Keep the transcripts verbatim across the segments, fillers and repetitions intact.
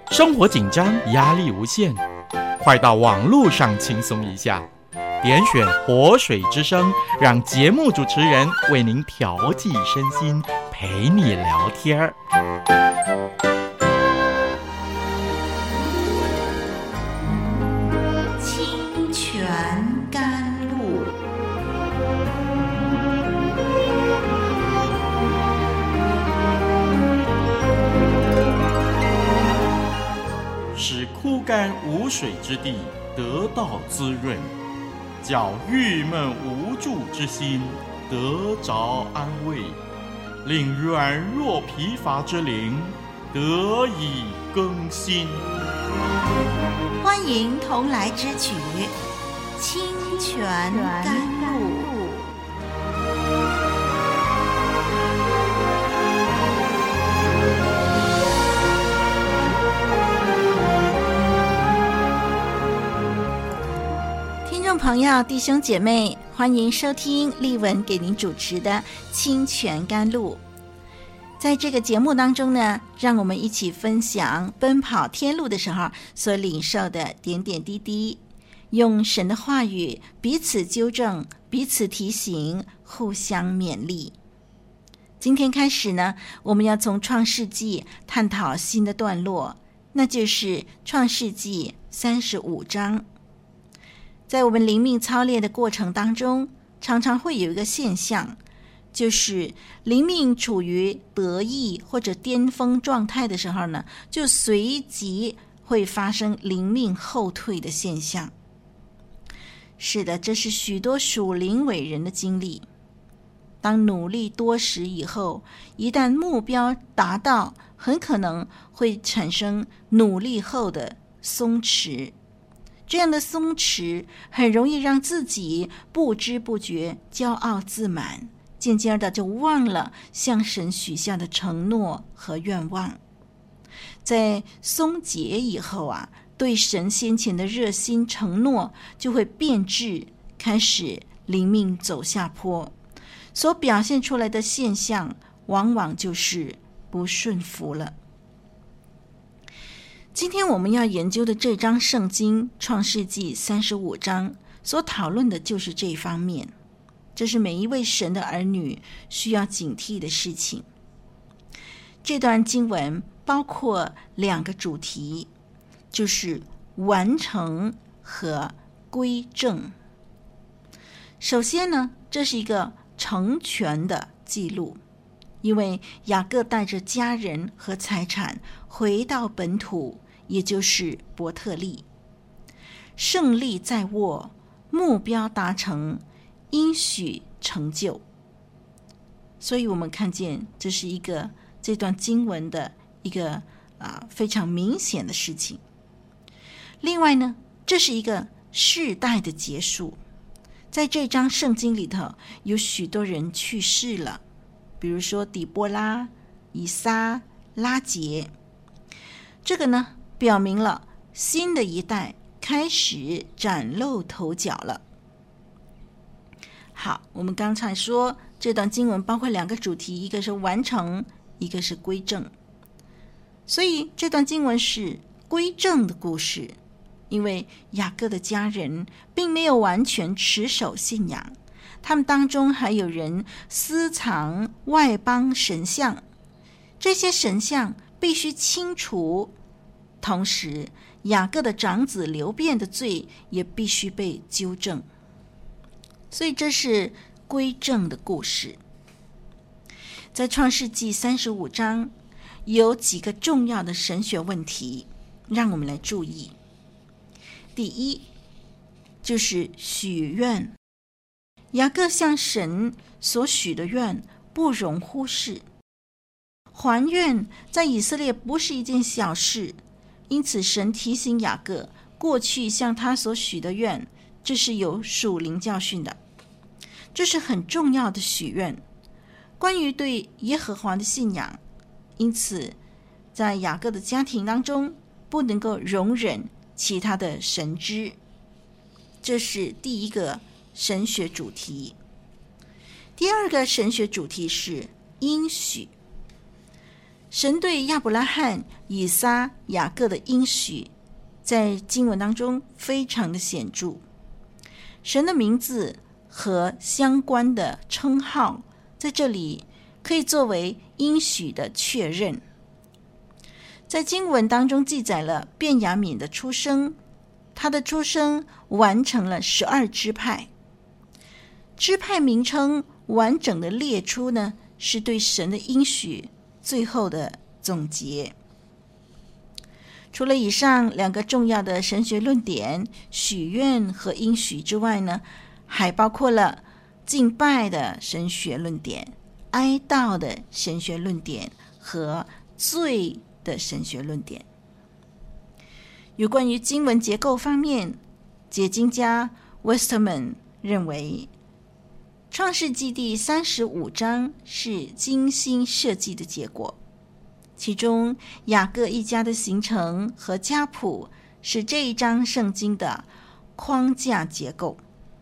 生活紧张，压力无限，快到网络上轻松一下，点选活水之声，让节目主持人为您调剂身心，陪你聊天。 清泉甘露， 使枯干无水之地得到滋润，叫郁闷无助之心得着安慰，令软弱疲乏之灵得以更新。 欢迎同来之曲《清泉甘露》。听众朋友、弟兄姐妹，欢迎收听丽文给您主持的《清泉甘露》。在这个节目当中呢，让我们一起分享奔跑天路的时候所领受的点点滴滴，用神的话语彼此纠正、彼此提醒，互相勉励。今天开始呢，我们要从创世纪探讨新的段落，那就是创世纪三十五章。在我们灵命操练的过程当中，常常会有一个现象，就是灵命处于得意或者巅峰状态的时候呢，就随即会发生灵命后退的现象。是的，这是许多属灵伟人的经历。当努力多时以后，一旦目标达到，很可能会产生努力后的松弛。这样的松弛很容易让自己不知不觉骄傲自满，渐渐的就忘了向神许下的承诺和愿望。在松解以后啊，对神先前的热心承诺就会变质，开始灵命走下坡，所表现出来的现象往往就是不顺服了。今天我们要研究的这章圣经创世纪三十五章所讨论的就是这一方面，这是每一位神的儿女需要警惕的事情。这段经文包括两个主题，就是完成和归正。首先呢，这是一个成全的记录，因为雅各带着家人和财产回到本土，也就是伯特利，胜利在握，目标达成，应许成就。所以我们看见这是一个这段经文的一个、呃、非常明显的事情。另外呢，这是一个世代的结束。在这章圣经里头，有许多人去世了，比如说底波拉、以撒、拉结。这个呢，表明了新的一代开始崭露头角了。好，我们刚才说这段经文包括两个主题，一个是完成，一个是归正。所以这段经文是归正的故事，因为雅各的家人并没有完全持守信仰，他们当中还有人私藏外邦神像，这些神像必须清除，同时雅各的长子流便的罪也必须被纠正。所以这是归正的故事。在创世纪三十五章有几个重要的神学问题，让我们来注意。第一，就是许愿。雅各向神所许的愿不容忽视。还愿在以色列不是一件小事，因此神提醒雅各过去向他所许的愿，这是有属灵教训的，这是很重要的许愿，关于对耶和华的信仰。因此在雅各的家庭当中不能够容忍其他的神知，这是第一个神学主题。第二个神学主题是应许。 神对亚伯拉罕、以撒、雅各的应许在经文当中非常的显著。神的名字和相关的称号在这里可以作为应许的确认。在经文当中记载了便雅悯的出生，他的出生完成了十二支派。支派名称完整的列出呢，是对神的应许最后的总结。除了以上两个重要的神学论点，许愿和应许之外呢，还包括了敬拜的神学论点、哀悼的神学论点和罪的神学论点。有关于经文结构方面，解经家 Westerman 认为创世纪第三十五章是精心设计的结果，其中雅各一家的形成和家谱是这一章圣经的框架结构。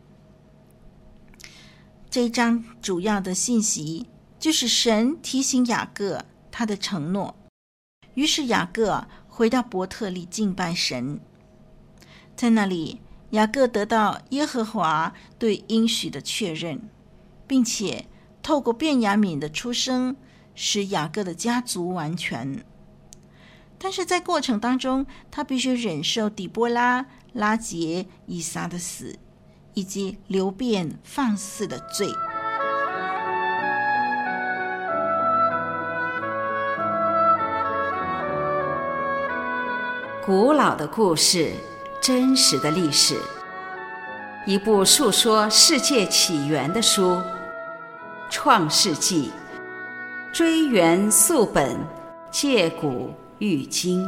这一章主要的信息就是神提醒雅各他的承诺，于是雅各回到伯特利敬拜神。在那里，雅各得到耶和华对应许的确认，并且透过便雅悯的出生使雅各的家族完全。但是在过程当中，他必须忍受底波拉、拉结、以撒的死，以及流变放肆的罪。 古老的故事，真实的历史，一部述说世界起源的书《创世纪》，追源溯本，借古喻今。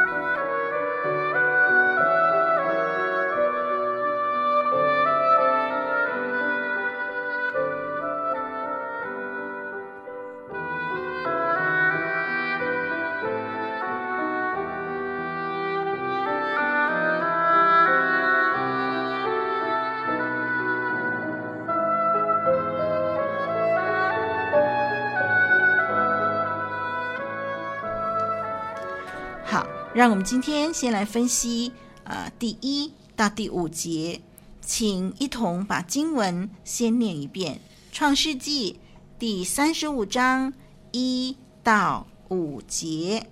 好，让我们今天先来分析呃第一到第五节，请一同把经文先念一遍。创世纪第三十五章一到五节。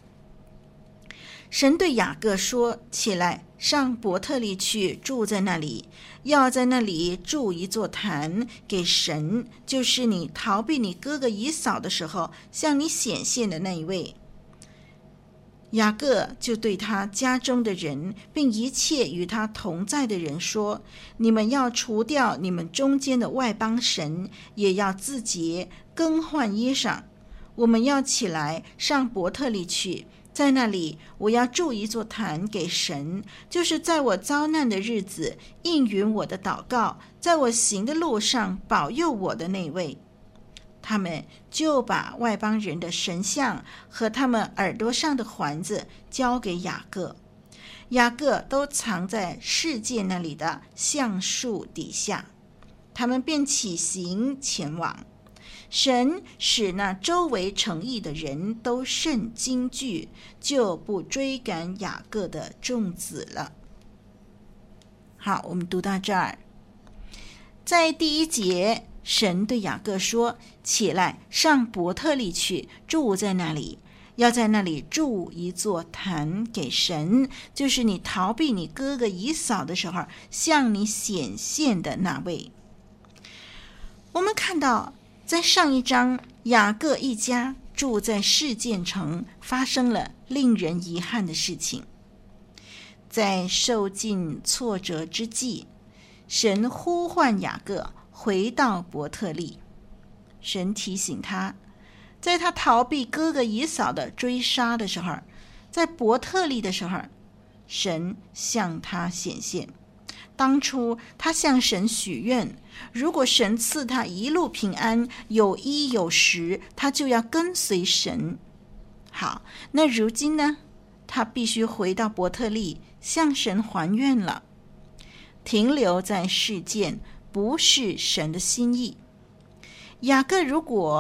神对雅各说：起来，上伯特利去，住在那里，要在那里筑一座坛给神，就是你逃避你哥哥以扫的时候向你显现的那一位。雅各就对他家中的人，并一切与他同在的人说：你们要除掉你们中间的外邦神，也要自洁，更换衣裳。我们要起来上伯特利去，在那里我要筑一座坛给神，就是在我遭难的日子应允我的祷告，在我行的路上保佑我的那位。他们就把外邦人的神像和他们耳朵上的环子交给雅各，雅各都藏在世界那里的橡树底下。他们便起行前往。神使那周围城邑的人都甚惊惧，就不追赶雅各的众子了。好，我们读到这儿。在第一节，神对雅各说：起来，上伯特利去，住在那里，要在那里筑一座坛给神，就是你逃避你哥哥以扫的时候向你显现的那位。我们看到在上一章，雅各一家住在示剑城，发生了令人遗憾的事情。在受尽挫折之际，神呼唤雅各回到伯特利。神提醒他，在他逃避哥哥以扫的追杀的时候，在伯特利的时候，神向他显现。当初他向神许愿，如果神赐他一路平安，有衣有食，他就要跟随神。好，那如今呢，他必须回到伯特利向神还愿了。停留在世间不是神的心意。雅各如果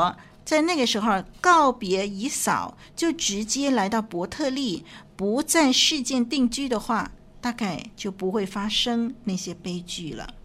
在那个时候告别以扫，就直接来到伯特利，不在事件定居的话，大概就不会发生那些悲剧了。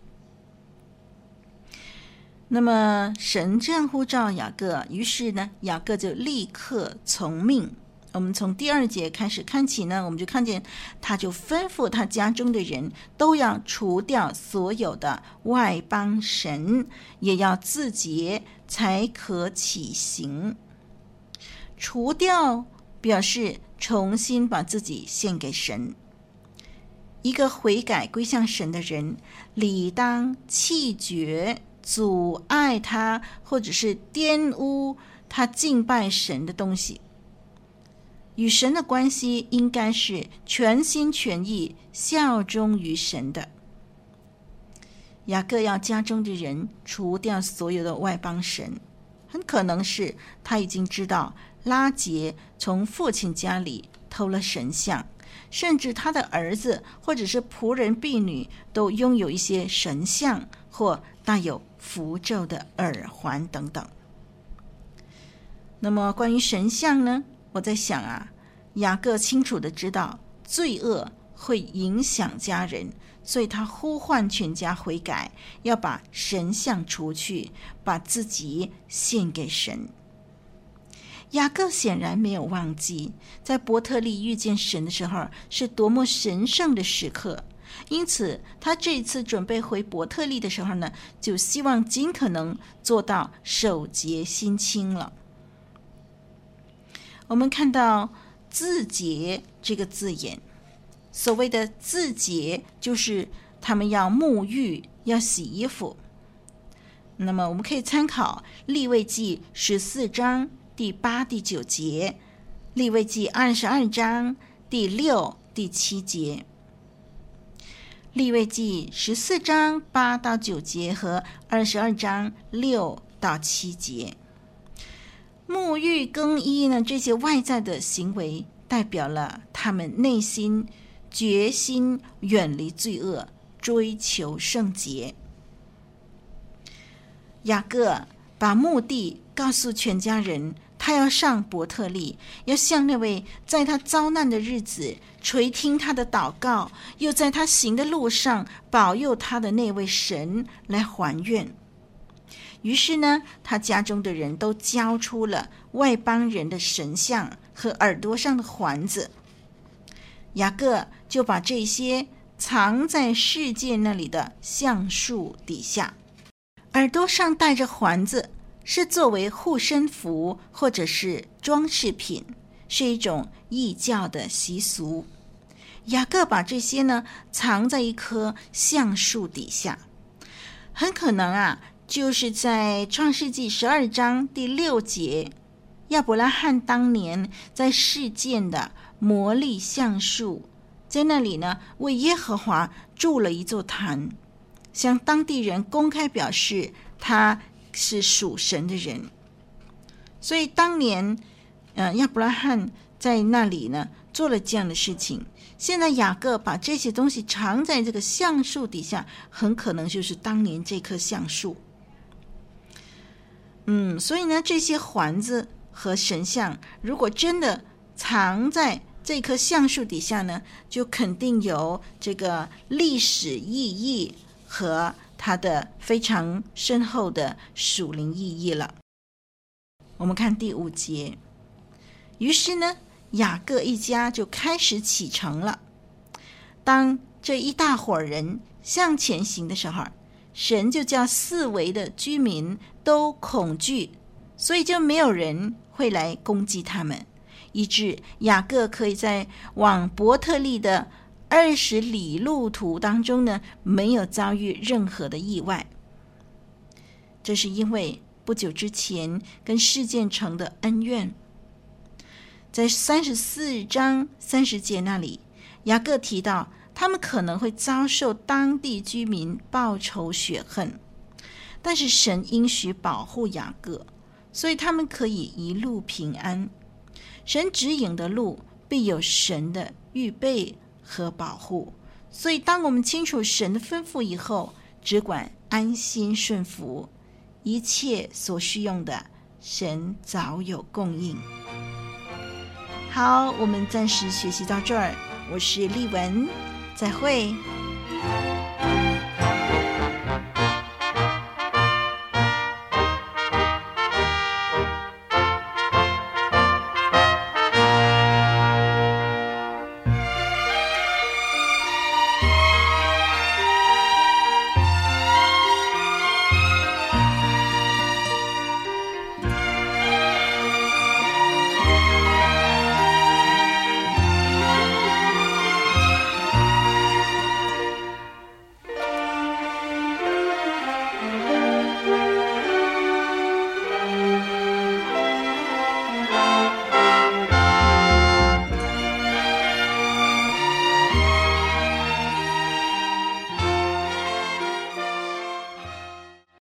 那么神这样呼召雅各，于是呢，雅各就立刻从命。我们从第二节开始看起呢，我们就看见他就吩咐他家中的人都要除掉所有的外邦神，也要自洁，才可起行。除掉表示重新把自己献给神。一个悔改归向神的人，理当弃绝阻碍他或者是玷污他敬拜神的东西。与神的关系应该是全心全意效忠于神的。雅各要家中的人除掉所有的外邦神，很可能是他已经知道拉结从父亲家里偷了神像，甚至他的儿子或者是仆人婢女都拥有一些神像或带有符咒的耳环等等。那么关于神像呢，我在想啊，雅各清楚的知道罪恶会影响家人，所以他呼唤全家悔改，要把神像除去，把自己献给神。雅各显然没有忘记在伯特利遇见神的时候是多么神圣的时刻，因此他这一次准备回伯特利的时候呢，就希望尽可能做到守节心清了。我们看到自洁这个字眼，所谓的自洁就是他们要沐浴，要洗衣服。那么我们可以参考利未记十四章第八、第九节，利未记二十二章第六、第七节。利未记十四章八到九节和二十二章六到七节。沐浴更衣呢，这些外在的行为代表了他们内心决心远离罪恶，追求圣洁。雅各把目的告诉全家人，他要上伯特利，要向那位在他遭难的日子垂听他的祷告，又在他行的路上保佑他的那位神来还愿。于是呢，他家中的人都交出了外邦人的神像和耳朵上的环子。雅各就把这些藏在世界那里的橡树底下。耳朵上戴着环子是作为护身符或者是装饰品，是一种异教的习俗。雅各把这些呢藏在一棵橡树底下，很可能啊就是在创世纪十二章第六节，亚伯拉罕当年在示剑的摩利橡树，在那里呢为耶和华筑了一座坛，向当地人公开表示他是属神的人。所以当年呃，亚伯拉罕在那里呢做了这样的事情。现在雅各把这些东西藏在这个橡树底下，很可能就是当年这棵橡树。嗯，所以呢，这些环子和神像如果真的藏在这棵橡树底下呢，就肯定有这个历史意义和它的非常深厚的属灵意义了。我们看第五节，于是呢，雅各一家就开始启程了。当这一大伙人向前行的时候，神就叫四围的居民都恐惧，所以就没有人会来攻击他们，以致雅各可以在往伯特利的二十里路途当中呢，没有遭遇任何的意外。这是因为不久之前跟示剑城的恩怨。在三十四章三十节那里，雅各提到他们可能会遭受当地居民报仇雪恨，但是神应许保护雅各，所以他们可以一路平安。神指引的路必有神的预备和保护，所以当我们清楚神的吩咐以后，只管安心顺服，一切所需用的神早有供应。好，我们暂时学习到这儿，我是丽文，再会。